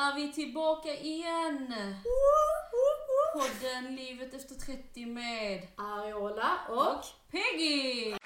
är vi tillbaka igen. Podden Livet efter 30 med Ariola och Peggy.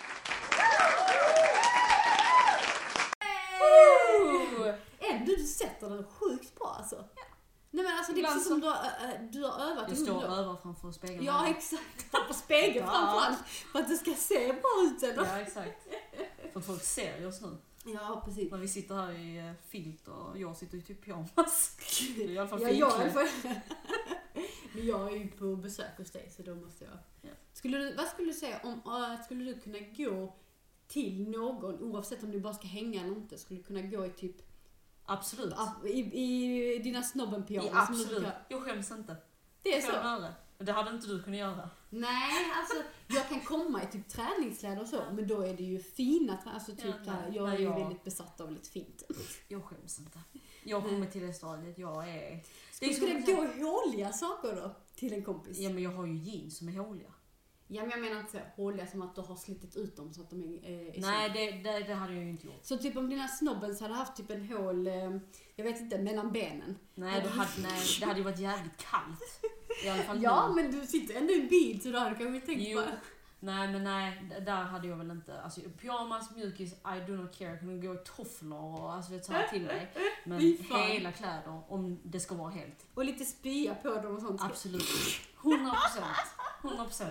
Ändå du sätter den sjukt bra alltså. Ja. Nej men alltså det är precis som du har övat. Jag står och övar framför spegeln. Ja exakt, framför spegeln framförallt. För att det ska se bra ut sen. Ja exakt. För folk ser oss nu. Ja precis. När vi sitter här i filt och jag sitter i typ pyjamas. Det är i alla fall fint. Men jag är ju på besök hos dig så då måste jag. Ja. Vad skulle du säga om skulle du kunna gå till någon oavsett om du bara ska hänga eller inte, skulle du kunna gå i typ absolut i dina snobben-pyjamas? Ja, absolut. Jag skäms inte. Det är så. Men det hade inte du kunnat göra. Nej, alltså jag kan komma i typ träningskläder och så, men då är det ju fina alltså typ jag är ju väldigt besatt av lite fint. Jag skäms inte. Jag kommer till det stadiet, jag är... Skulle det gå håliga saker då till en kompis? Ja, men jag har ju jeans som är håliga. Ja, men jag menar inte så håliga som att du har slitit ut dem så att de är nej, det hade jag ju inte gjort. Så typ om dina snobbens hade haft typ en hål, jag vet inte, mellan benen. Nej, det hade ju varit jävligt kallt. I alla fall ja, men du sitter ändå i en bil så då hade du kanske tänkt på. Nej, där hade jag väl inte. Alltså pyjamas, mjukis, I do not care. Jag kan gå i tofflor och alltså, ta till mig. Men hela kläder, om det ska vara helt. Och lite spya på dem och sånt. Absolut. 100%.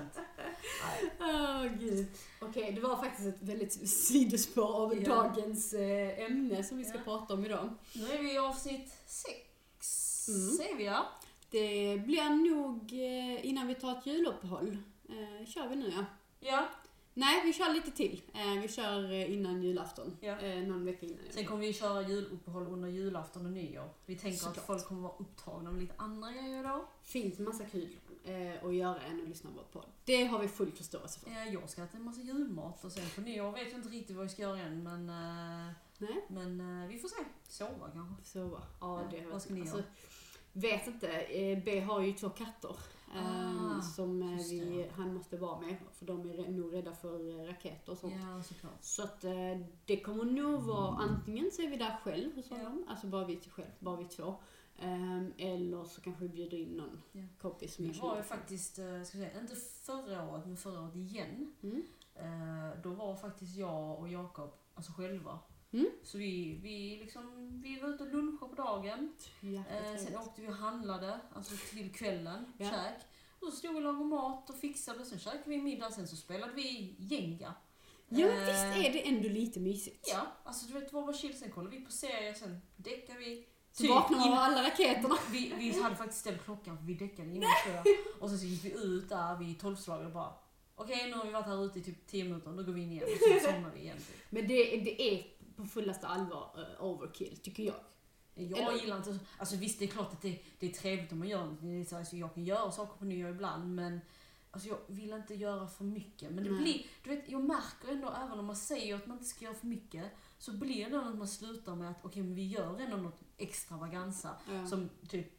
Gud. Okej, det var faktiskt ett väldigt sidospår av dagens ämne som vi ska prata om idag. Nu är vi i avsnitt 6. Ser vi Det blir nog innan vi tar ett juluppehåll. Kör vi nu Ja. Nej, vi kör lite till. Vi kör innan julafton. Någon vecka innan. Sen kommer vi köra juluppehåll under julafton och nyår. Vi tänker att folk kommer vara upptagna med lite andra grejer då. Finns massa kul att göra än att lyssna på vår podd. Det har vi full förståelse för. Jag ska äta en massa julmat och sen på nyår vet jag inte riktigt vad vi ska göra än. Men vi får se. Sova kanske. Sova. Ja, det har vad ska ni göra? Vet inte. B har ju 2 katter. Som han måste vara med för de är nog rädda för raketer och sånt. Ja, såklart. Så att det kommer nog vara antingen så är vi där själv hos honom, alltså bara vi 2. Eller så kanske vi bjuder in någon kompis som vi var ju faktiskt, ska jag säga, inte förra året men förra året igen. Då var faktiskt jag och Jakob alltså själva. Så vi var ute och lunchade på dagen. Sen åkte vi och handlade alltså till kvällen, käk. Och så stod vi och lagade mat och fixade och sen käkade vi middag. Sen så spelade vi Jenga. Ja, visst är det ändå lite mysigt. Ja, alltså du vet vad var chill. Sen kollade vi på serier, sen däckade vi. Så vaknade vi av alla raketerna. Vi hade faktiskt ställt klockan för vi däckade innan och så gick vi ut där vid 12-slaget och bara okej, nu har vi varit här ute i typ 10 minuter, då går vi in igen och så somnar vi igen. Men det är på fullaste allvar overkill, tycker jag. Jag gillar inte, alltså visst det är klart att det är trevligt om man gör det. Alltså, jag kan göra saker på nyår ibland, men alltså, jag vill inte göra för mycket. Men det blir, du vet, jag märker ändå även om man säger att man inte ska göra för mycket, så blir det att man slutar med att okej, men vi gör ändå något extravaganza. Som typ,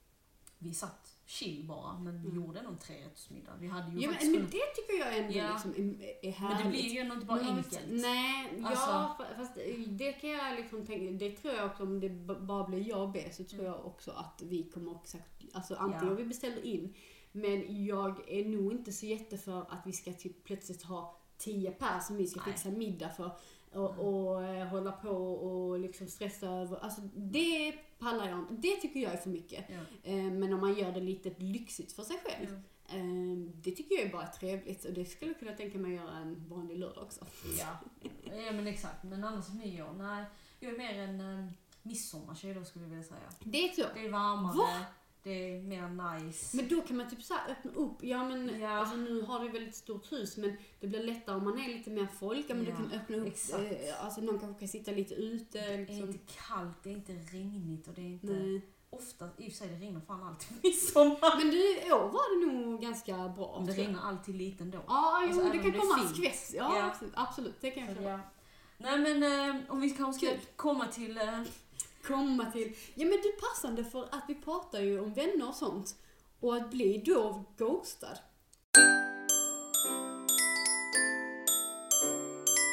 vi satt chill bara, men vi gjorde någon 3-rättersmiddag. Vi hade ju men det tycker jag ändå liksom är härligt. Men det blir ju ändå inte bara enkelt. Nej, alltså, fast det kan jag liksom tänka, det tror jag också, om det bara blir jag och B så tror jag också att vi kommer också, alltså antingen vi beställer in, men jag är nog inte så jätteför att vi ska typ plötsligt ha 10 pers som vi ska fixa middag för och hålla på och liksom stressa över. Alltså det pallar jag inte. Det tycker jag är för mycket. Men om man gör det lite lyxigt för sig själv. Det tycker jag är bara trevligt. Och det skulle jag kunna tänka mig att göra en vanlig lördag också. Ja men exakt. Men annars nyår, nej. Jag är mer en midsommartjej då skulle jag vilja säga. Det är så. Det är varmare. Det är mer nice. Men då kan man typ så här öppna upp. Alltså nu har du ett väldigt stort hus, men det blir lättare om man är lite mer folk. Men du kan öppna upp. Alltså någon kanske kan sitta lite ute. Liksom. Det är inte kallt, det är inte regnigt och det är inte... Ofta, i och för sig det regnar fan alltid midsommar. Men i år var det nog ganska bra. Men det regnar alltid lite ändå. Ja, alltså, det kan komma en skvätt. Ja, absolut. Det kan jag säga. Nej men om vi kanske ska komma till... Ja men det är passande för att vi pratar ju om vänner och sånt. Och att bli då ghostad.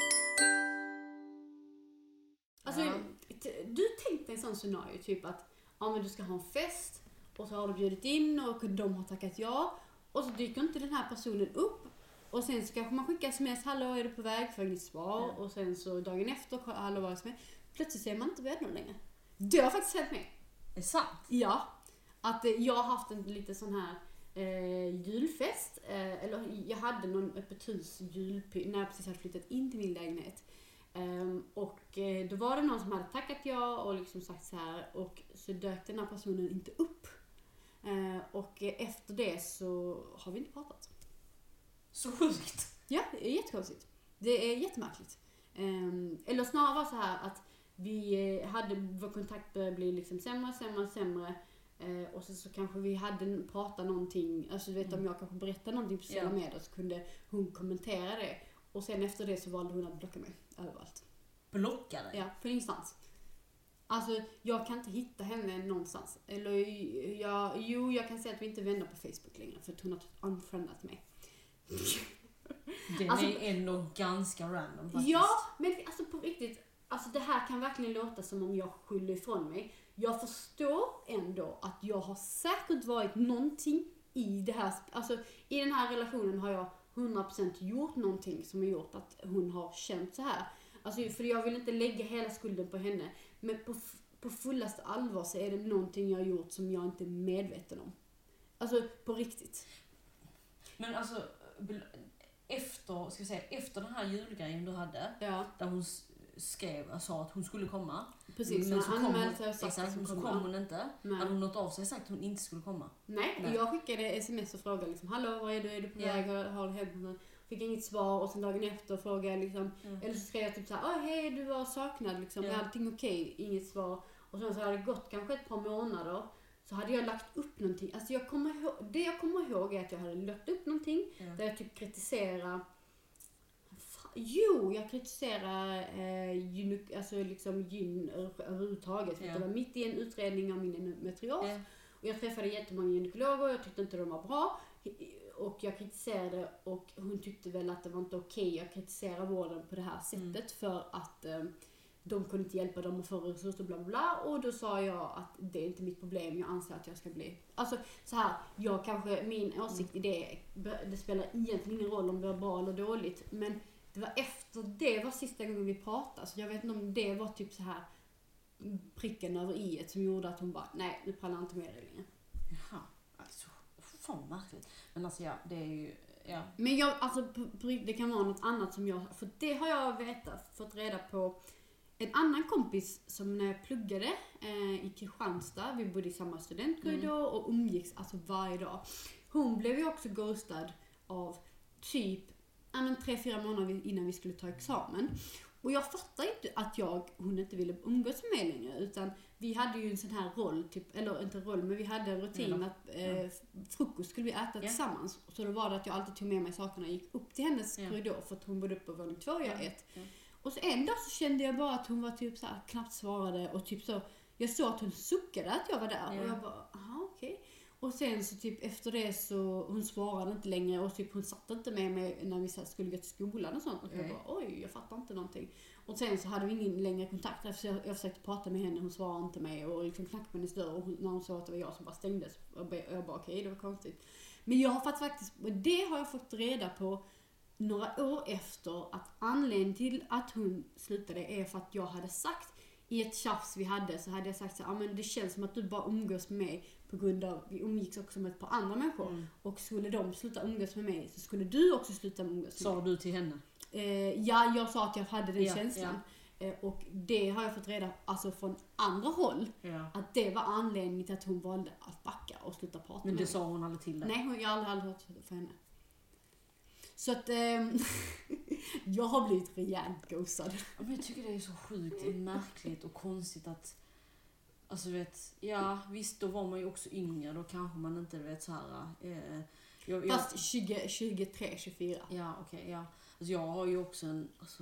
Alltså, du tänkte en sån scenario typ att ja men du ska ha en fest och så har du bjudit in och de har tackat ja och så dyker inte den här personen upp och sen så kanske man skickar sms, hallå är du på väg för inget svar och sen så dagen efter, hallå var sms, plötsligt så är man inte vänner längre. Det har faktiskt hänt mig. Är det sant? Ja, att jag har haft en lite sån här julfest, eller jag hade någon öppet hus när jag precis hade flyttat in till min lägenhet. Och då var det någon som hade tackat ja och liksom sagt så här och så dök den här personen inte upp. Och efter det så har vi inte pratat. Så sjukt. Ja, det är jättekonstigt. Det är jättemärkligt. Eller snarare var så här att vi hade, vår kontakt började bli liksom sämre. Och så kanske vi hade pratat någonting, alltså du vet om jag kanske berättade någonting på sociala medier så kunde hon kommentera det. Och sen efter det så valde hon att blocka mig överallt. Blocka dig? Ja, för ingenstans. Alltså jag kan inte hitta henne någonstans. Eller jag kan säga att vi inte är vänner på Facebook längre för att hon har unfriendat mig. Det är ändå ganska random faktiskt. Ja, men alltså på riktigt, alltså det här kan verkligen låta som om jag skyller ifrån mig. Jag förstår ändå att jag har säkert varit någonting i det här, alltså i den här relationen har jag 100% gjort någonting som har gjort att hon har känt så här. Alltså för jag vill inte lägga hela skulden på henne, men på fullaste allvar så är det någonting jag har gjort som jag inte är medveten om. Alltså på riktigt. Men alltså efter den här julgrejen du hade, där hon sa att hon skulle komma. Precis, men så kom hon inte. Nej. Hade hon något av sig sagt att hon inte skulle komma? Nej. Jag skickade sms och frågade liksom, hallå, vad är du? Är du på väg? Har det hänt något? Fick inget svar och sen dagen efter frågade jag liksom, eller så skrev jag typ såhär, hej du var saknad liksom, är allting okej? Inget svar. Och sen så hade det gått kanske ett par månader så hade jag lagt upp någonting. Alltså jag kommer ihåg är att jag hade lagt upp någonting där jag typ kritiserar jag kritiserar alltså liksom gyn överhuvudtaget. För det var mitt i en utredning av min endometrios. Och jag träffade jättemånga gynekologer och jag tyckte inte de var bra. Och jag kritiserade och hon tyckte väl att det var inte okej att kritisera vården på det här sättet för att de kunde inte hjälpa dem att få resurser och bla bla bla. Och då sa jag att det är inte mitt problem, jag anser att jag ska bli. Alltså så här, min åsikt i det spelar egentligen ingen roll om det var bra eller dåligt. Men det var efter det var sista gången vi pratade. Så jag vet inte om det var typ så här pricken över i som gjorde att hon bara, nej nu pallar jag inte med det längre. Jaha, alltså fan märkligt. Men alltså det är ju, Men det kan vara något annat som jag, för det har jag fått reda på. En annan kompis som när jag pluggade i Kristianstad, vi bodde i samma studentkorridor och umgicks alltså varje dag. Hon blev ju också ghostad av typ 3-4 månader innan vi skulle ta examen. Och jag fattar inte att hon inte ville umgås med mig längre, utan vi hade ju en sån här roll, typ, eller inte roll, men vi hade en rutin att frukost skulle vi äta tillsammans. Så då var det att jag alltid tog med mig sakerna och gick upp till hennes korridor för att hon bodde upp på våning 2 och jag 1. Och så en dag så kände jag bara att hon var typ så här, knappt svarade och typ så, jag såg att hon suckade att jag var där och jag bara, aha okej. Och sen så typ efter det så, hon svarade inte längre och typ hon satt inte med mig när vi skulle gå till skolan och sånt. Och jag bara, oj, jag fattar inte någonting. Och sen så hade vi ingen längre kontakt. Jag försökte prata med henne, hon svarade inte mig och liksom knackade på hennes dörr. Och när hon sa att det var jag som bara stängdes. Och jag bara, okej, det var konstigt. Men jag har faktiskt, och det har jag fått reda på några år efter, att anledningen till att hon slutade är för att jag hade sagt i ett tjafs vi hade, så hade jag sagt så här, men det känns som att du bara umgås med mig på grund av, vi umgicks också med ett par andra människor. Och skulle de sluta umgås med mig så skulle du också sluta umgås med mig. Sa du till henne? Ja, jag sa att jag hade den känslan. Och det har jag fått reda alltså från andra håll. Att det var anledningen till att hon valde att backa och sluta prata med mig. Men det sa hon aldrig till dig? Nej, jag har aldrig hört för henne. Så att jag har blivit rejält ghostad. Men jag tycker det är så sjukt märkligt och konstigt att, alltså vet, visst då var man ju också yngre, då kanske man inte vet så här. Fast 23, 24. Ja, okej. Alltså jag har ju också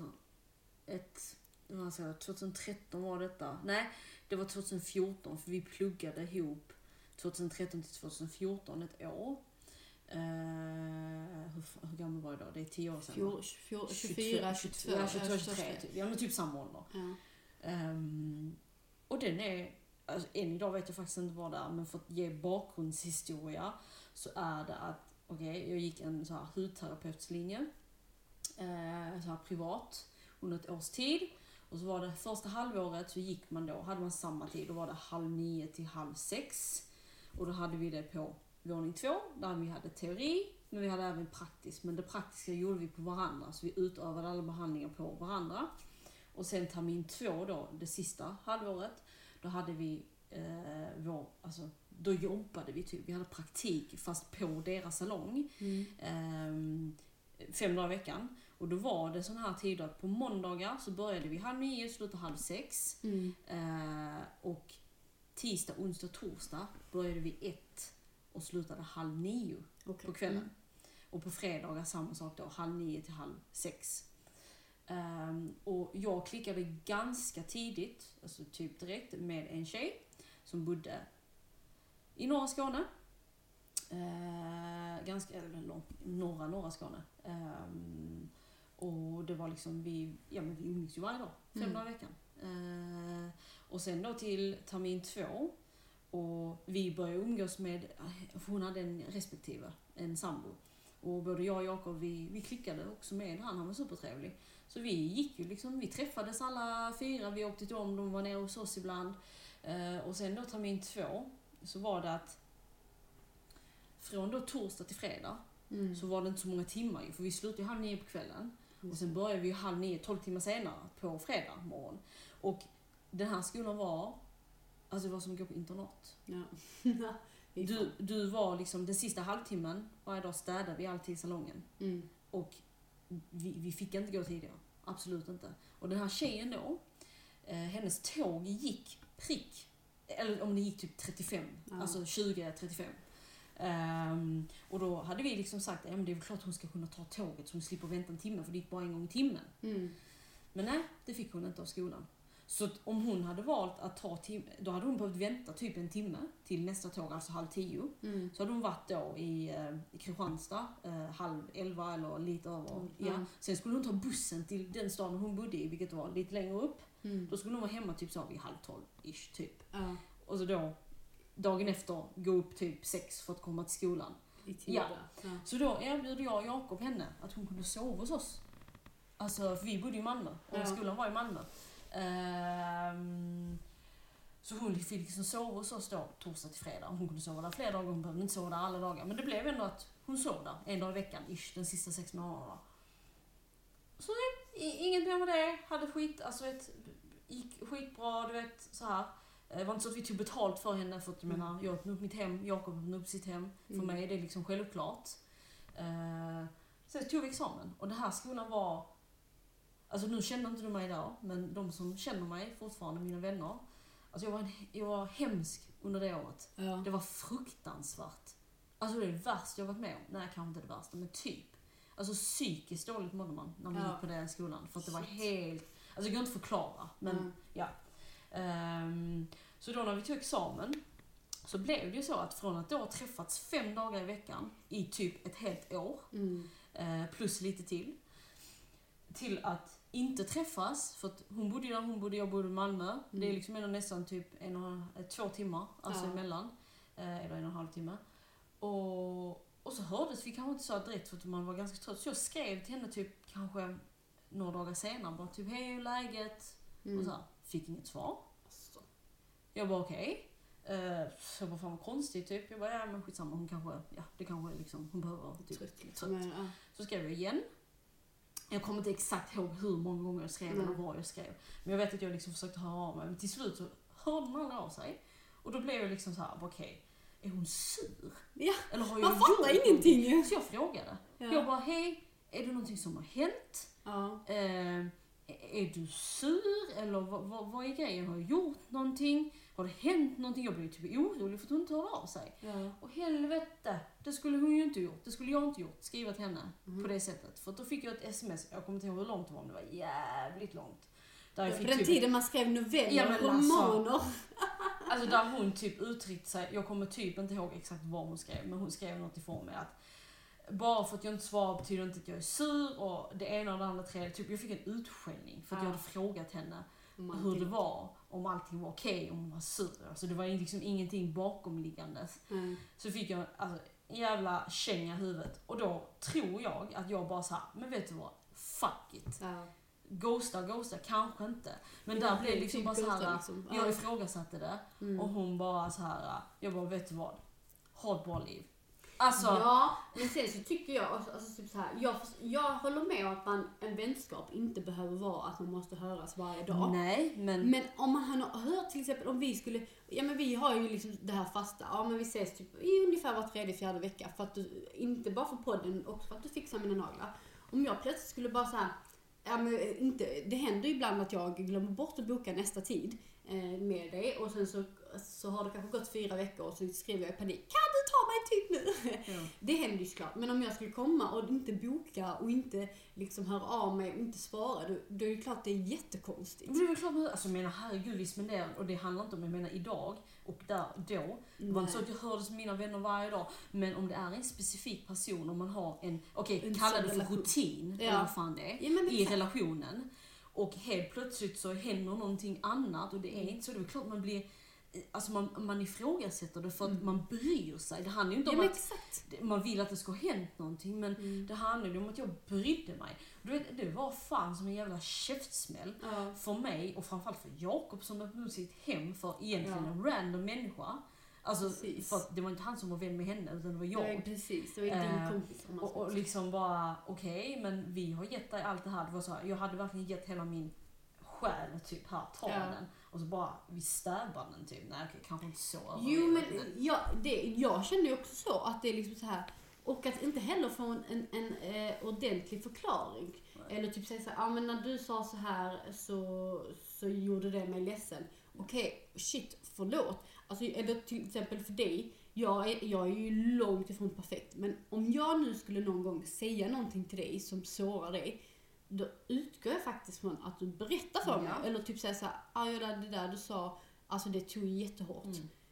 vad man säger, 2013 var detta. Nej, det var 2014 för vi pluggade ihop 2013 till 2014 ett år. Hur gammal var jag då? Det är 10 år sedan. 24, 22, 23 typ. Ja, men typ samma ålder. Och den är, alltså, än idag vet jag faktiskt inte vad det är, men för att ge bakgrundshistoria så är det att jag gick en så här hudterapeutslinje så här privat under ett års tid, och så var det första halvåret så gick man då, hade man samma tid, då var det 8:30 till 5:30, och då hade vi det på våning 2 där vi hade teori, men vi hade även praktiskt, men det praktiska gjorde vi på varandra, så vi utövade alla behandlingar på varandra. Och sen termin 2 då, det sista halvåret, då hade vi då jobbade vi typ, vi hade praktik fast på deras salong 5 dagar i veckan. Och då var det sån här tider att på måndagar så började vi 8:30 och slutade 5:30. Och tisdag, onsdag, torsdag började vi 1 och slutade 8:30 på kvällen. Och på fredagar samma sak då, 8:30 till 5:30. Och jag klickade ganska tidigt, alltså typ direkt, med en tjej som bodde i norra Skåne. Ganska norra Skåne. Och det var liksom vi umgicks ju varje dag, 5 dagar i veckan. Och sen då till termin 2, och vi började umgås med, hon hade en sambo. Och både jag och Jakob, vi klickade också med han var supertrevlig. Så vi gick ju liksom, vi träffades alla 4, vi åkte till dem, de var nere hos oss ibland. Och sen då termin 2 så var det att från då torsdag till fredag så var det inte så många timmar ju, för vi slutade ju 8:30 på kvällen. Och sen började vi 8:30, 12 timmar senare på fredag morgon. Och den här skolan var, alltså det var som att gå på internat. Ja. Du var liksom, den sista halvtimmen varje dag städade vi alltid i salongen. Och vi fick inte gå tidigare. Absolut inte. Och den här tjejen då, hennes tåg gick eller om det gick typ 35, alltså 20-35. Och då hade vi liksom sagt, men det är väl klart hon ska kunna ta tåget så hon slipper vänta en timme, för det gick bara en gång i timmen. Men nej, det fick hon inte av skolan. Så om hon hade valt att ta då hade hon behövt vänta typ en timme till nästa tåg, alltså 9:30. Så hade hon varit då i Kristianstad 10:30 eller lite över. Ja. Sen skulle hon ta bussen till den staden hon bodde i, vilket var lite längre upp. Då skulle hon vara hemma typ så vid 11:30-ish typ. Och så då dagen efter gå upp typ 6 för att komma till skolan. Så då erbjöd jag och Jakob henne att hon kunde sova hos oss. Alltså, för vi bodde i Malmö och skolan var i Malmö. Så hon fick liksom sova hos oss då torsdag till fredag. Hon kunde sova där flera dagar, hon behövde inte sova där alla dagar. Men det blev ändå att hon sov där en dag i veckan, den sista 6 månaderna. Så inget mer med det, hade gick skitbra, du vet, så här. Det var inte så att vi tog betalt för henne, för att jag menar, jag öppnade upp mitt hem, Jakob öppnade upp sitt hem. För mig är det liksom självklart. Så jag tog examen, och den här skolan var, alltså nu känner inte du mig idag, men de som känner mig fortfarande, mina vänner, alltså jag var hemsk under det året. Det var fruktansvärt. Alltså det är det värsta jag varit med om. Nej, kanske inte det värsta, men typ. Alltså psykiskt dåligt mådde man när man gick på den skolan, för att det var helt, alltså det går inte att förklara, men ja. Så då när vi tog examen så blev det ju så att från att då ha träffats 5 dagar i veckan i typ ett helt år, plus lite till att inte träffas, för att hon bodde där, jag bodde i Malmö. Det är liksom ändå nästan typ 2 timmar alltså emellan, eller 1,5 timme. Och så hördes vi kanske inte så direkt, för att man var ganska trött, så jag skrev till henne typ kanske några dagar senare, bara typ hej, hur är läget? Och så här, fick inget svar. Jag bara okej. Så jag bara, fan vad konstigt typ. Jag bara, ja men skitsamma, hon kanske, det kanske liksom, hon behöver typ trött. Så skrev jag igen. Jag kommer inte exakt ihåg hur många gånger jag skrev eller vad jag skrev. Men jag vet att jag liksom försökte höra av mig. Men till slut så hörde man aldrig av sig. Och då blev jag liksom så här, okej, är hon sur? Ja, eller har jag fattar ingenting. Så jag frågade. Jag bara, hej, är det någonting som har hänt? Är du sur? Eller vad är grejen? Har jag gjort någonting? Har det hänt någonting? Jag blev typ orolig för att hon inte hörde av sig. Och helvete, det skulle hon ju inte gjort. Det skulle jag inte gjort. Skriva till henne på det sättet. För då fick jag ett sms. Jag kommer inte ihåg hur långt det var. Men det var jävligt långt. Där jag fick på den tiden man skrev noveller och romaner. Alltså där hon typ uttryckte sig. Jag kommer typ inte ihåg exakt vad hon skrev. Men hon skrev något ifrån mig att bara för att jag inte svarar betyder inte att jag är sur, och det ena och det andra tredje. Typ jag fick en utskällning för att jag hade frågat henne hur det var. om allting var okej, om hon var sur. Alltså det var liksom ingenting bakomliggandes. Så fick jag alltså, en jävla känga i huvudet. Och då tror jag att jag bara så här, men vet du vad? Fuck it. Ghosta, kanske inte. Men där blev det liksom bara så här, liksom. Jag ifrågasatte det. Och hon bara så här, jag bara, vet du vad? Ha ett bra liv. Alltså, ja, men sen så tycker jag, alltså typ så här, jag håller med om att en vänskap inte behöver vara att man måste höras varje dag. Nej, men om man har hört till exempel, om vi skulle, ja men vi har ju liksom det här fasta, ja men vi ses typ i ungefär var 3-4 vecka, för att du, inte bara för podden, också för att du fixar mina naglar. Om jag plötsligt skulle bara så här, ja men inte, det händer ju ibland att jag glömmer bort att boka nästa tid med dig, och sen så har det kanske gått 4 veckor och så skriver jag i panik, kan du ta mig typ nu? Ja. Det händer ju såklart, men om jag skulle komma och inte boka och inte liksom höra av mig och inte svara, då är det klart det är jättekonstigt. Det är väl klart, alltså jag menar herregud visst, men det, och det handlar inte om, jag menar idag och där då, det var inte så att jag hördes med mina vänner varje dag, men om det är en specifik person, om man har en kalla det för rutin, eller vad fan det är, i relationen, och helt plötsligt så händer någonting annat och det är inte så, det är klart man blir, alltså man ifrågasätter det för att man bryr sig. Det handlar ju inte om att man vill att det ska ha hänt någonting, men det handlar ju om att jag brydde mig. Du vet, det var fan som en jävla käftsmäll för mig, och framförallt för Jakob som öppnade sitt hem för egentligen en random människa. Alltså, för att det var inte han som var vän med henne, utan det var jag. Nej, precis. Det var din kompis. Och liksom bara, okej, men vi har gett dig allt det här. Det var så här, jag hade verkligen gett hela min själ, typ, här, ta den. Och så bara, vi stävar den, typ. Nej, okej, kanske inte så. Jo, men jag kände ju också så, att det är liksom så här, och att inte heller få en ordentlig förklaring. Nej. Eller typ säga så här, men när du sa så här så gjorde det mig ledsen. Okej, shit, förlåt. Alltså, eller till exempel för dig, jag är ju långt ifrån perfekt, men om jag nu skulle någon gång säga någonting till dig som sårar dig, då utgår jag faktiskt från att du berättar för mig. Eller typ säga så här, det där du sa, alltså det tog jättehårt.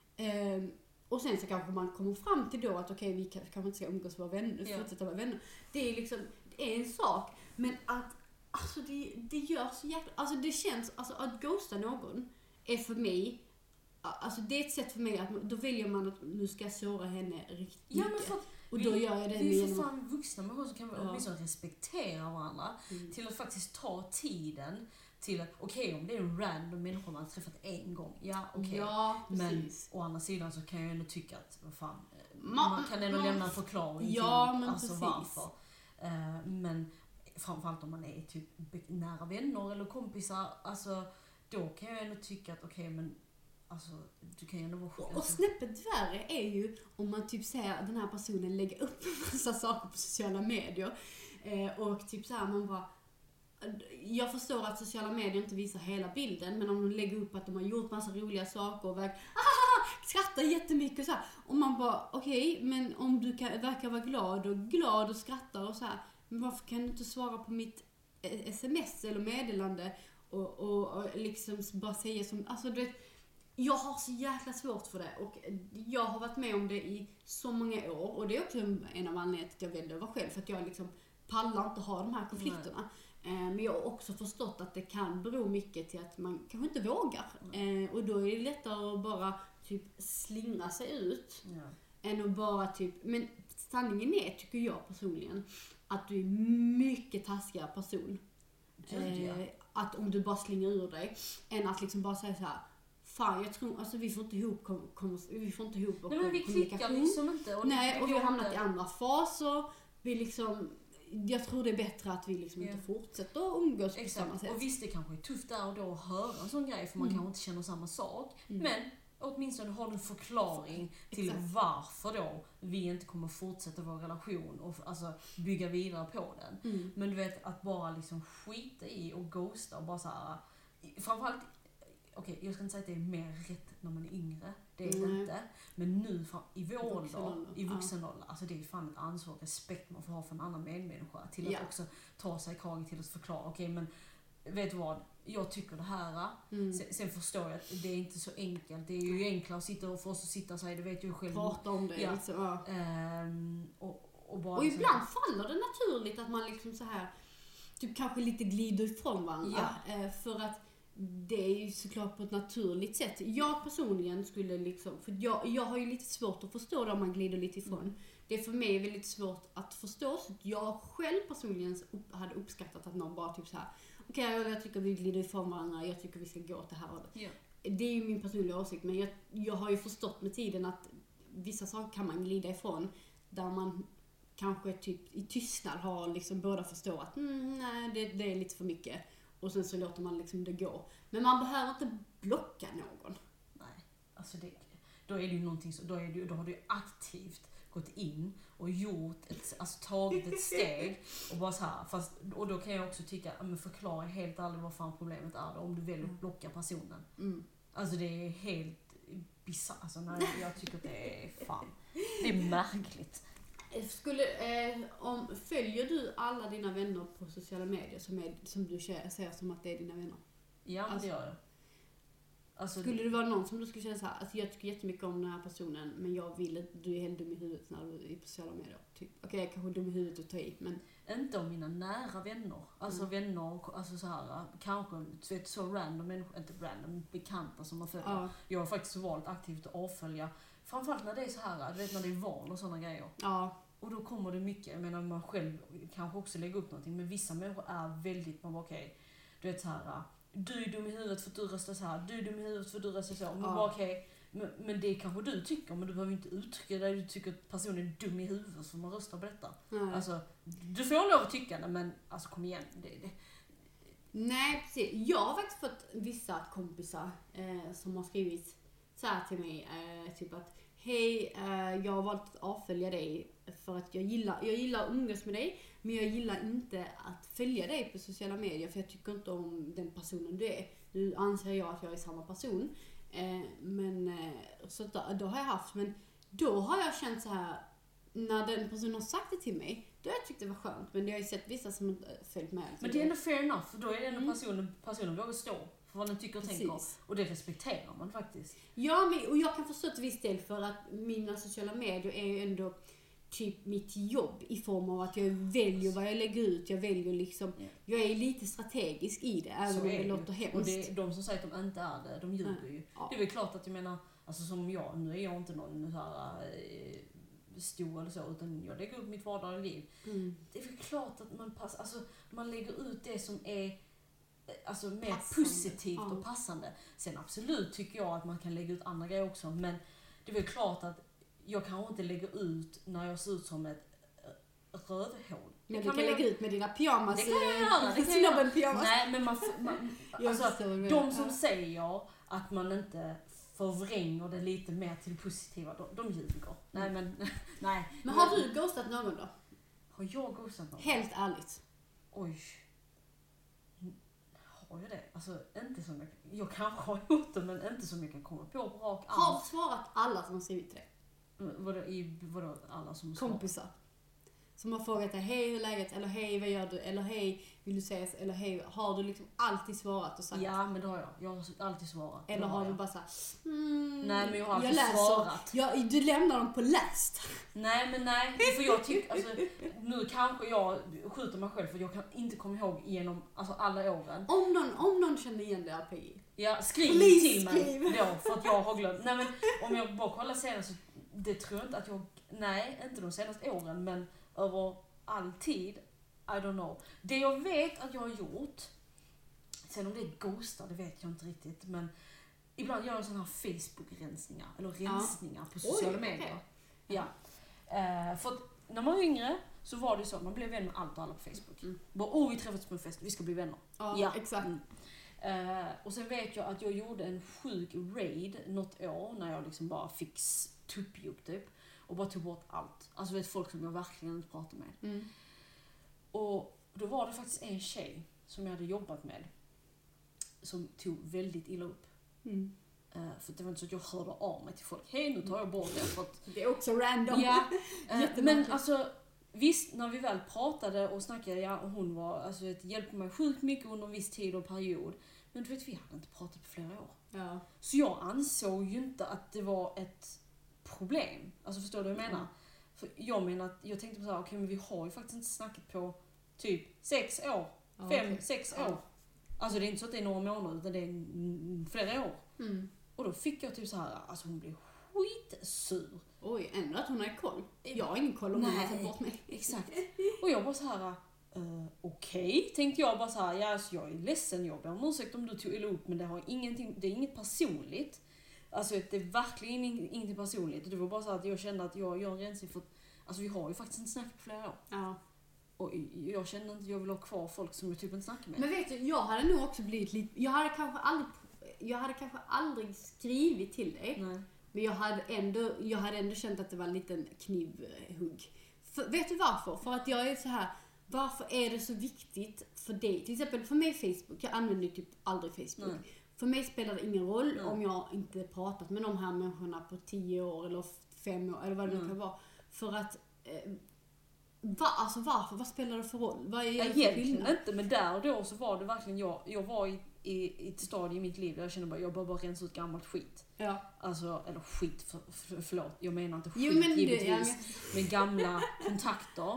Och sen så kanske man kommer fram till då att okej, vi kanske inte ska umgås vara vänner, fortsätta vara vänner. Det är liksom, det är en sak, men att, alltså det gör så jäkla, alltså det känns, alltså att ghosta någon är för mig, alltså det är ett sätt för mig att då väljer man att nu ska jag såra henne riktigt mycket. Men för och då gör jag det. Vi är för fan vuxna människor som kan åtminstone respektera varandra till att faktiskt ta tiden till att, okej, om det är en random människa man har träffat en gång, men å andra sidan så kan jag ändå tycka att, vad fan, man kan ändå lämna en förklaring till alltså varför. Men framförallt om man är typ nära vänner eller kompisar, alltså då kan jag ändå tycka att okej, men alltså, du kan ju ändå vara och snäppet värre är ju om man typ säger att den här personen lägger upp en massa saker på sociala medier och typ så här, man bara, jag förstår att sociala medier inte visar hela bilden, men om de lägger upp att de har gjort massa roliga saker och skrattar jättemycket och så här, och man bara okej, men om du verkar vara glad och skrattar och så här, men varför kan du inte svara på mitt sms eller meddelande och liksom bara säga som, alltså du vet, jag har så jäkla svårt för det, och jag har varit med om det i så många år, och det är också en av anledningarna till att jag väljer att vara själv, för att jag liksom pallar inte ha de här konflikterna. Men jag har också förstått att det kan bero mycket till att man kanske inte vågar, och då är det lättare att bara typ slingra sig ut än att bara typ, men sanningen är, tycker jag personligen, att du är mycket taskigare person att om du bara slingar ur dig, än att liksom bara säga så här, fan, jag tror, alltså vi får inte ihop kommunikation. Nej, men vi klickar liksom inte. Och och vi har hamnat i andra faser. Vi liksom, jag tror det är bättre att vi liksom inte fortsätter att umgås på samma sätt. Och visst, det kanske är tufft där och då att höra en sån grej, för man kanske inte känner samma sak. Men åtminstone har du en förklaring till varför då vi inte kommer fortsätta vår relation och alltså bygga vidare på den. Men du vet, att bara liksom skita i och ghosta och bara så här, framförallt, okej, jag ska inte säga att det är mer rätt när man är yngre, det är det inte. Men nu i vår ålder, i vuxen ålder, alltså det är fan ett ansvar och respekt man får ha för en annan medmänniska, till att också ta sig i kragen till att förklara, okej, men vet du vad, jag tycker det här. Sen förstår jag att det är inte så enkelt. Det är ju enklare att sitta och för oss att sitta och säga, det vet jag själv. Prata om det. Liksom, och ibland faller det naturligt att man liksom så här typ kanske lite glider ifrån varandra. För att det är ju såklart på ett naturligt sätt. Jag personligen skulle liksom, för jag har ju lite svårt att förstå det om man glider lite ifrån. Det är för mig väldigt svårt att förstå, så jag själv personligen hade uppskattat att någon bara typ så här: okej, jag tycker vi glider ifrån varandra, jag tycker vi ska gå åt det här hållet. Yeah. Det är ju min personliga åsikt, men jag har ju förstått med tiden att vissa saker kan man glida ifrån, där man kanske typ i tystnad har liksom båda förstå att nej, det är lite för mycket. Och sen så låter man liksom det gå. Men man behöver inte blocka någon. Nej, alltså då är det ju någonting så, då har du ju aktivt gått in och tagit ett steg och bara så här, och då kan jag också tycka, men förklara helt ärligt vad fan problemet är då, om du väljer att blocka personen. Alltså det är helt bisarrt, alltså jag tycker att det är fan, det är märkligt. Följer du alla dina vänner på sociala medier som du ser som att det är dina vänner? Ja, men det gör jag. Alltså, skulle det vara någon som du skulle känna så här, alltså jag tycker jättemycket om den här personen, men jag vill att du är helt dum i huvudet när du är på sociala medier. Typ. Okej, jag kanske är dum i huvudet att ta i, men... Inte om mina nära vänner. Alltså vänner, alltså så här, kanske så random människor, inte random, bekanta som man följer. Ja. Jag har faktiskt valt aktivt att avfölja, framförallt när det är så här, du vet när det är val och sådana grejer. Ja. Och då kommer det mycket, jag menar man själv kanske också lägger upp någonting, men vissa människor är väldigt, man bara okej, du vet så här, du är dum i huvudet för att du röstar så här, du är dum i huvudet för att du röstar så. Man bara okej, men det kanske du tycker, men du behöver inte uttrycka det, du tycker att personen är dum i huvudet för man röstar på detta. Alltså, du får lov att tycka det, men alltså kom igen, det. Nej, precis. Jag har faktiskt fått vissa kompisar som har skrivit så här till mig, typ att hej, jag har valt att avfölja dig för att jag gillar att umgås med dig, men jag gillar inte att följa dig på sociala medier för jag tycker inte om den personen du är. Nu anser jag att jag är samma person, men så då har jag haft, men då har jag känt så här, när den personen har sagt det till mig, då har jag tyckt det var skönt, men jag har ju sett vissa som inte följt med. Men det är ändå fair enough, för då är det ändå personen vågar stå för vad den tycker och tänker, och det respekterar man faktiskt. Ja, och jag kan förstå till viss del, för att mina sociala medier är ju ändå typ mitt jobb i form av att jag väljer vad jag lägger ut, jag väljer liksom, jag är lite strategisk i det, även om det låter hemskt. Och det, de som säger att de inte är det, de ljuger ju. Ja. Det är väl klart att jag menar, alltså som jag, nu är jag inte någon så här stor eller så, utan jag lägger upp mitt vardagliga liv. Det är väl klart att man lägger ut det som är alltså mer passande, positivt och passande. Sen absolut tycker jag att man kan lägga ut andra grejer också, men det är väl klart att jag kanske inte lägger ut när jag ser ut som ett rövhål. Men du kan lägga ut med dina pyjamas. Det kan jag göra. Pyjamas. Nej, men alltså, de som säger att man inte förvränger det lite mer till positiva, de ljuger. Nej. Men har du ghostat någon då? Har jag ghostat någon? Helt ärligt. Oj. Har jag det? Alltså inte som jag kanske har gjort det, men inte som jag kan komma på rak arm. Har du svarat alla som har skrivit till dig? Vadå alla som kompisar? Som har frågat dig, hej hur är läget? Eller hej vad gör du? Eller hej vill du ses? Eller hej, har du liksom alltid svarat och sagt? Ja, men det har jag. Jag har alltid svarat. Eller har du bara sagt, nej, men jag har alltid svarat. Du lämnar dem på läst. Nej, för jag tycker, alltså, nu kanske jag skjuter mig själv för jag kan inte komma ihåg genom alla åren. Om någon känner igen det RPG. Ja, skriv till mig då, för att jag har glömt. Nej, men om jag bara kollar senast så det tror jag inte att inte de senaste åren, men över all tid, I don't know. Det jag vet att jag har gjort, sen om det är ghostar, det vet jag inte riktigt, men ibland gör jag sådana här Facebook-rensningar, eller rensningar på sociala medier. Okay. Ja. För att när man var yngre så var det så, man blev vän med allt och alla på Facebook. Bara, vi träffats på en fest, vi ska bli vänner. Ja, exakt. Och sen vet jag att jag gjorde en sjuk raid något år när jag liksom bara fick tuppjuck typ. Och bara tog bort allt. Alltså vet folk som jag verkligen inte pratar med. Och då var det faktiskt en tjej som jag hade jobbat med som tog väldigt illa upp. För det var inte så att jag hörde av mig till folk. Hej, nu tar jag bort det. För att, det är också random. Ja, men alltså visst, när vi väl pratade och snackade, och hon var, alltså hjälpte mig sjukt mycket under en viss tid och period. Men du vet, vi hade inte pratat på flera år. Ja. Så jag ansåg ju inte att det var ett problem. Alltså förstår du vad jag menar? För jag tänkte på så här, okej, men vi har ju faktiskt inte snackat på typ 6 år. 5-6 år. Alltså det är inte så att det är några månader utan det är flera år. Mm. Och då fick jag typ så här, alltså hon blev skitsur. Oj, ändå att hon har koll. Jag har ingen koll om hon har fått bort mig. Exakt. Och jag bara så här, okej, tänkte jag bara så här, ja, alltså jag är ledsen, jag ber om ursäkt om du tog illa upp, men det har ingenting, det är inget personligt. Alltså det är verkligen ingenting personligt. Det var bara så att jag kände att jag gör en rensning för att, alltså vi har ju faktiskt inte snackat på flera år. Ja. Och jag kände inte att jag vill ha kvar folk som jag typ inte snackar med. Men vet du, jag hade nog också blivit lite, jag hade kanske aldrig skrivit till dig. Nej. Men jag hade ändå känt att det var en liten knivhugg. Vet du varför? För att jag är så här, varför är det så viktigt för dig? Till exempel för mig Facebook, jag använder typ aldrig Facebook. Nej. För mig spelar det ingen roll om jag inte pratat med de här människorna på 10 år eller 5 år eller vad det nu kan vara. För att, varför? Vad spelar det för roll? Vad är det för skillnad? Inte, men där och då så var det verkligen, jag var i ett stadie i mitt liv där jag kände jag bara rensa ut gammalt skit. Ja. Alltså, eller skit, förlåt, jag menar inte skit, men givetvis. Med gamla kontakter.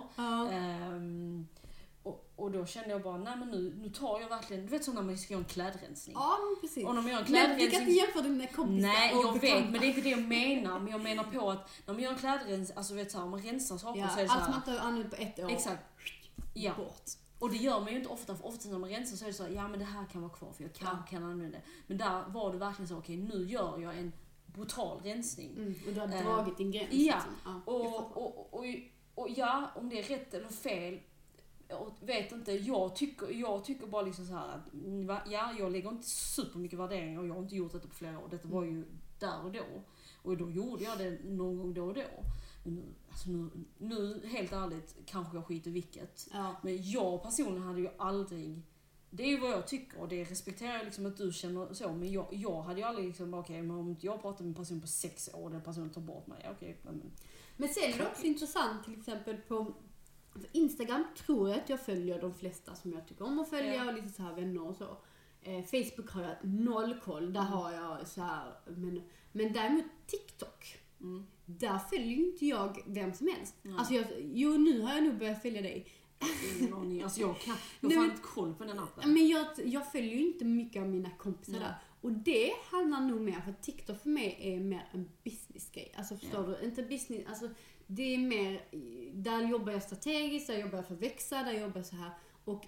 Och då kände jag bara, nej men nu tar jag verkligen, du vet så när man ska göra en klädrensning. Ja, precis. Och när man gör en klädrensning. Men du kan inte jämföra dina kompisar. Nej, jag vet, men det är inte det jag menar. Men jag menar på att när man gör en klädrensning, alltså vet så här, om man rensar saker så är det så här. Allt man inte har använt på 1 år. Exakt. Ja. Bort. Och det gör man ju inte ofta, för ofta när man rensar så är det så här, ja men det här kan vara kvar för jag kan använda det. Men där var det verkligen så, okej, nu gör jag en brutal rensning. Och du har dragit din gräns. Ja, liksom. och ja, om det är rätt eller fel, jag vet inte, jag tycker bara liksom så här att ja, jag lägger inte supermycket värderingar och jag har inte gjort detta på flera år. Detta var ju där och då. Och då gjorde jag det någon gång då och då. Men nu helt ärligt, kanske jag skiter vilket. Ja. Men jag personligen hade ju aldrig, det är ju vad jag tycker och det respekterar jag liksom att du känner så, men jag hade ju aldrig liksom, okej, men om inte jag pratar med en person på 6 år och den personen tar bort mig, okej. Men sen är det också intressant, till exempel på Instagram tror jag att jag följer de flesta som jag tycker om att följa och lite så här vänner och så. Facebook har jag 0 koll, där har jag så här, men däremot TikTok, där följer ju inte jag vem som helst. Alltså nu har jag nog börjat följa dig. Alltså jag har inte koll på den appen. Men jag följer ju inte mycket av mina kompisar där. Och det handlar nog mer, för TikTok för mig är mer en business-grej. Alltså förstår du? Inte business, alltså det är mer, där jobbar jag strategiskt, där jobbar jag för att växa, där jobbar jag så här. Och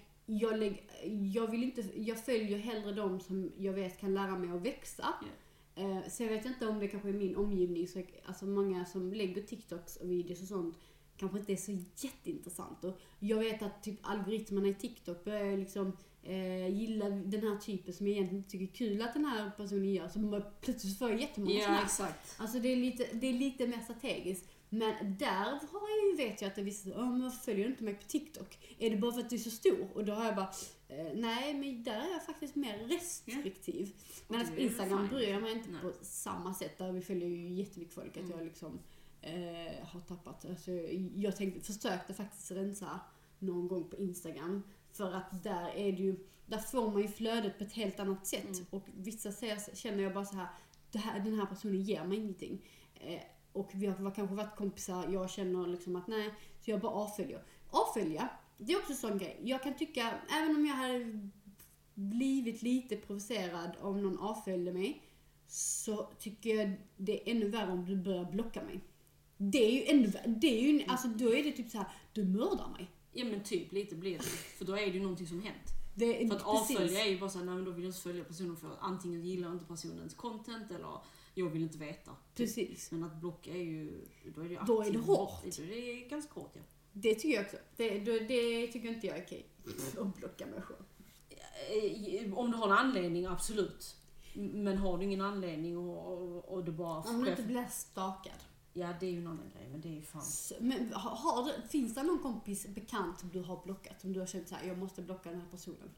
jag följer hellre de som jag vet kan lära mig att växa. Så jag vet inte om det kanske är min omgivning, så alltså många som lägger TikToks och videos och sånt kanske inte är så jätteintressant. Och jag vet att typ algoritmerna i TikTok börjar liksom gilla den här typen som jag egentligen inte tycker är kul att den här personen gör, så plötsligt får jag jättemånga sådana. Exakt. Alltså det är lite mer strategiskt. Men där vet jag att det visst, men följer du inte mig på TikTok? Är det bara för att du är så stor? Och då har jag bara, nej, men där är jag faktiskt mer restriktiv. Men på Instagram bryr jag mig inte på samma sätt. Där vi följer ju jättemycket folk, att jag liksom har tappat. Alltså, jag försökte faktiskt rensa någon gång på Instagram. För att där får man ju flödet på ett helt annat sätt. Och vissa känner jag bara så här, den här personen ger mig ingenting. Och vi har kanske varit kompisar, jag känner liksom att nej, så jag bara avfölja. Det är också en sån grej. Jag kan tycka, även om jag hade blivit lite provocerad om någon avföljde mig, så tycker jag det är ännu värre om du börjar blocka mig. Alltså då är det typ så här, du mördar mig. Ja men typ lite blir det. För då är det ju någonting som hänt. För att precis. avfölja är ju bara såhär, nej men då vill jag inte följa personen för antingen gillar inte personens content eller jag vill inte veta. Precis. Men att blocka är ju, då är det ju då är det hårt. Då är det ganska hårt, ja. Det tycker jag också. Det tycker inte jag är okej. Att blocka människor. Om du har en anledning, absolut. Men har du ingen anledning och du bara... Om du inte blir stakad. Ja, det är ju en annan grej, men det är ju fan... Men finns det någon kompis bekant som du har blockat? Som du har känt såhär, jag måste blocka den här personen?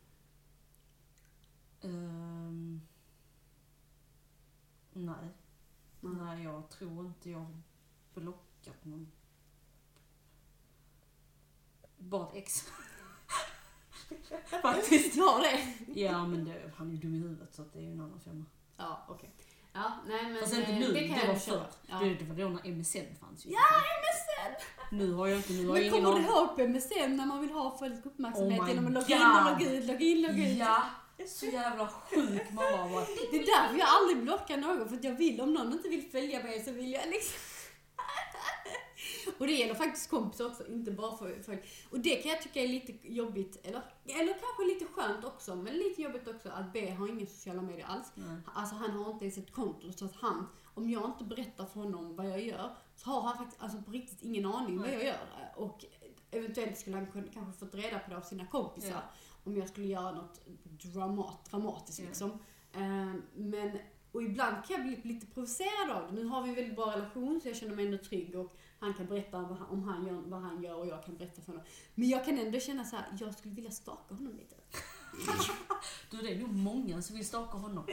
Nej, jag tror inte jag har blockat någon. Bara ett ex. Faktiskt var det. Ja, men han är ju dum i huvudet så att det är ju en annan femma. Ja, okej. Ja, nej men... Fast inte nu, det var förr. Ja. Det var då när MSN fanns ju. Ja, MSN! Nu har jag inte, men ingen kommer du ihåg på MSN när man vill ha folks uppmärksamhet genom att logga in? Ja, Så jävla sjuk man var. Det är därför jag aldrig blockar någon, för att jag vill, om någon inte vill följa mig så vill jag liksom. Och det gäller faktiskt kompisar också, inte bara för. Och det kan jag tycka är lite jobbigt, eller kanske lite skönt också, men lite jobbigt också att B har ingen sociala medier alls. Alltså han har inte ens ett konto, så att om jag inte berättar för honom vad jag gör, så har han faktiskt alltså på riktigt ingen aning vad jag gör. Och eventuellt skulle han kanske fått reda på det av sina kompisar om jag skulle göra något dramatiskt liksom. Och ibland kan jag bli lite provocerad av det. Nu har vi en väldigt bra relation så jag känner mig ändå trygg och han kan berätta om vad han gör och jag kan berätta för honom. Men jag kan ändå känna så här, jag skulle vilja staka honom lite. Det är nog många som vill staka honom.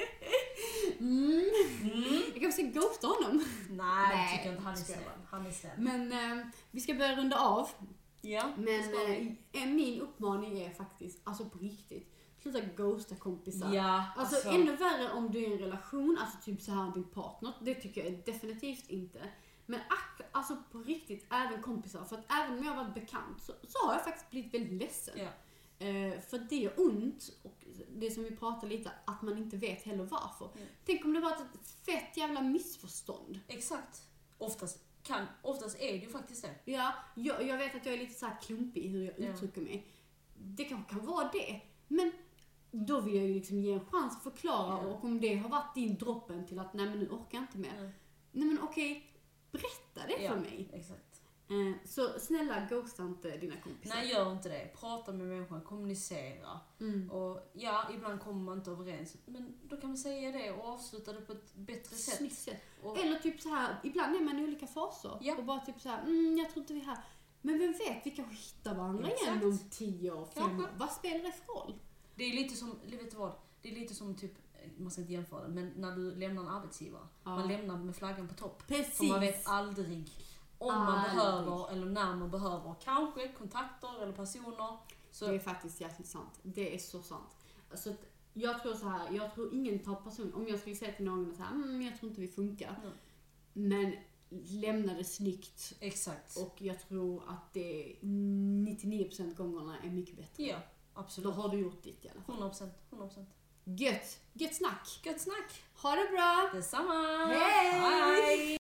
Jag kan säga ghosta honom. Nej, jag tycker inte han är snäll. Men vi ska börja runda av. Ja, men min uppmaning är faktiskt, alltså på riktigt, sluta ghosta kompisar. Ja, alltså ännu värre om du är i en relation, alltså typ så här din partner, det tycker jag är definitivt inte. Men alltså på riktigt, även kompisar, för att även om jag har varit bekant så har jag faktiskt blivit väldigt ledsen. Ja. För det är ont, och det som vi pratar lite, att man inte vet heller varför. Tänk om det var ett fett jävla missförstånd. Exakt. Oftast är det ju faktiskt det. Ja, jag vet att jag är lite så här klumpig i hur jag uttrycker mig. Det kanske kan vara det, men då vill jag ju liksom ge en chans att förklara, och om det har varit din droppen till att nej men nu orkar jag inte mer. Nej men okej, berätta det för mig. Exakt. Så snälla, ghosta inte dina kompisar. Nej, gör inte det. Prata med människan, kommunicera. Och ibland kommer man inte överens. Men då kan man säga det och avsluta det på ett bättre sätt. Eller typ så här, ibland är man i olika faser. Ja. Och bara typ så här, jag tror inte vi är här. Men vem vet, vi kanske hittar varandra igen om 10 år, 5 år. Vad spelar det för roll? Det är lite som, vet du vad? Det är lite som typ, man ska inte jämföra det, men när du lämnar en arbetsgivare. Man lämnar med flaggan på topp. Precis. För man vet aldrig om man behöver eller när man behöver kanske kontakter eller personer. Så. Det är faktiskt jäkligt sant. Det är så sant. Alltså, jag tror så här, jag tror ingen tar person. Om jag skulle säga till någon så här, jag tror inte vi funkar. Men lämna det snyggt. Exakt. Och jag tror att det 99% gångerna är mycket bättre. Ja, absolut. Då har du gjort ditt i alla fall. 100%. Gött snack. Gött snack. Ha det bra. Detsamma. Hej.